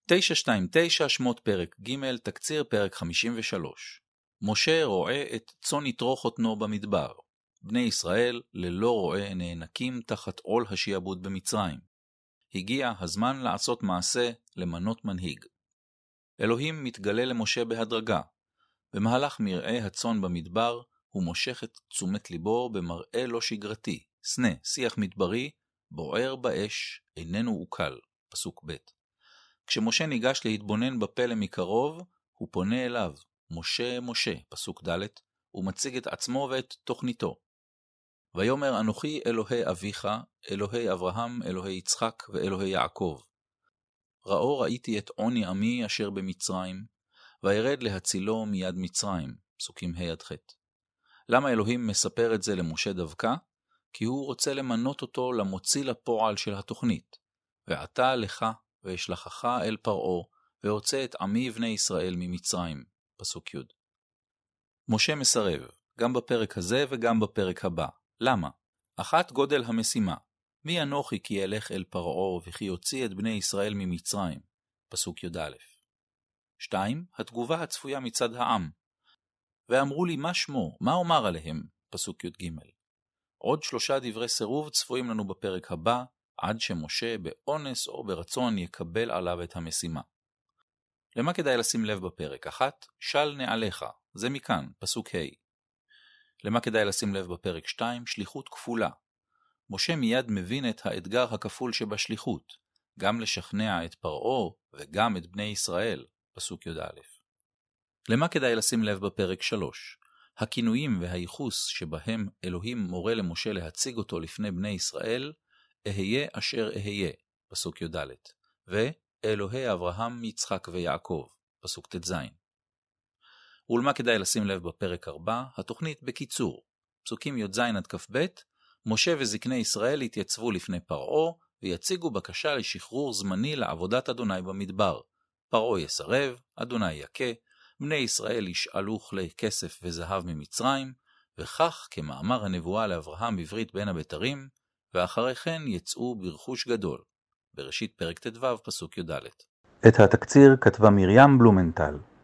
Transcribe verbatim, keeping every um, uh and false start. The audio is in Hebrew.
תשע שתיים תשע שמות פרק ג' תקציר פרק חמישים ושלוש. משה רואה את צאן יטרוך אותנו במדבר. בני ישראל ללא רועה נאנקים תחת עול השיעבוד במצרים. הגיע הזמן לעשות מעשה, למנות מנהיג. אלוהים מתגלה למשה בהדרגה. במהלך מרעה הצאן במדבר הוא מושך את תשומת ליבו במראה לא שגרתי, סנה, שיח מדברי, בוער באש, איננו עוקל. פסוק ב'. כשמשה ניגש להתבונן בפלא מקרוב, הוא פונה אליו, משה משה, פסוק ד', ומציג את עצמו ואת תוכניתו. ויאמר אנוכי אלוהי אביך, אלוהי אברהם, אלוהי יצחק ואלוהי יעקב. ראו ראיתי את עוני עמי אשר במצרים, וירד להצילו מיד מצרים, פסוקים ה' עד ח'. למה אלוהים מספר את זה למשה דווקא? כי הוא רוצה למנות אותו למוציא לפועל של התוכנית. ועתה לך ואשלחך אל פרעה, והוצא את עמי בני ישראל ממצרים, פסוק י'. משה מסרב, גם בפרק הזה וגם בפרק הבא. למה? אחת, גודל המשימה. מי אנוכי כי ילך אל פרעה וכי יוציא את בני ישראל ממצרים, פסוק י"א. שתיים, התגובה הצפויה מצד העם. ואמרו לי מה שמו, מה אומר עליהם, פסוק י"ג. עוד שלושה דברי סירוב צפויים לנו בפרק הבא, עד שמשה באונס או ברצון יקבל עליו את המשימה. למה כדאי לשים לב בפרק? אחת, של נעליך, זה מכאן, פסוק ה'. למה כדאי לשים לב בפרק שתיים? שליחות כפולה. משה מיד מבין את האתגר הכפול שבשליחות, גם לשכנע את פרעה וגם את בני ישראל, פסוק י"א. למה כדאי לשים לב בפרק שלוש? הכינויים והייחוס שבהם אלוהים מורה למשה להציג אותו לפני בני ישראל, אהיה אשר אהיה, פסוק י"ד, ואלוהי אברהם, יצחק ויעקב, פסוק ט"ז. ולמה כדאי לשים לב בפרק ארבע? התוכנית בקיצור, פסוקים י"ז עד כ"ב, משה וזקני ישראל התייצבו לפני פרעה, ויציגו בקשה לשחרור זמני לעבודת אדוני במדבר. פרעה יסרב, אדוני יכה, בני ישראל ישאלו כלי כסף וזהב ממצרים, וכך כמאמר הנבואה לאברהם בברית בין הבתרים, ואחרי כן יצאו ברכוש גדול. בראשית פרק ט"ו פסוק י"ד. את התקציר כתבה מרים בלומנטל.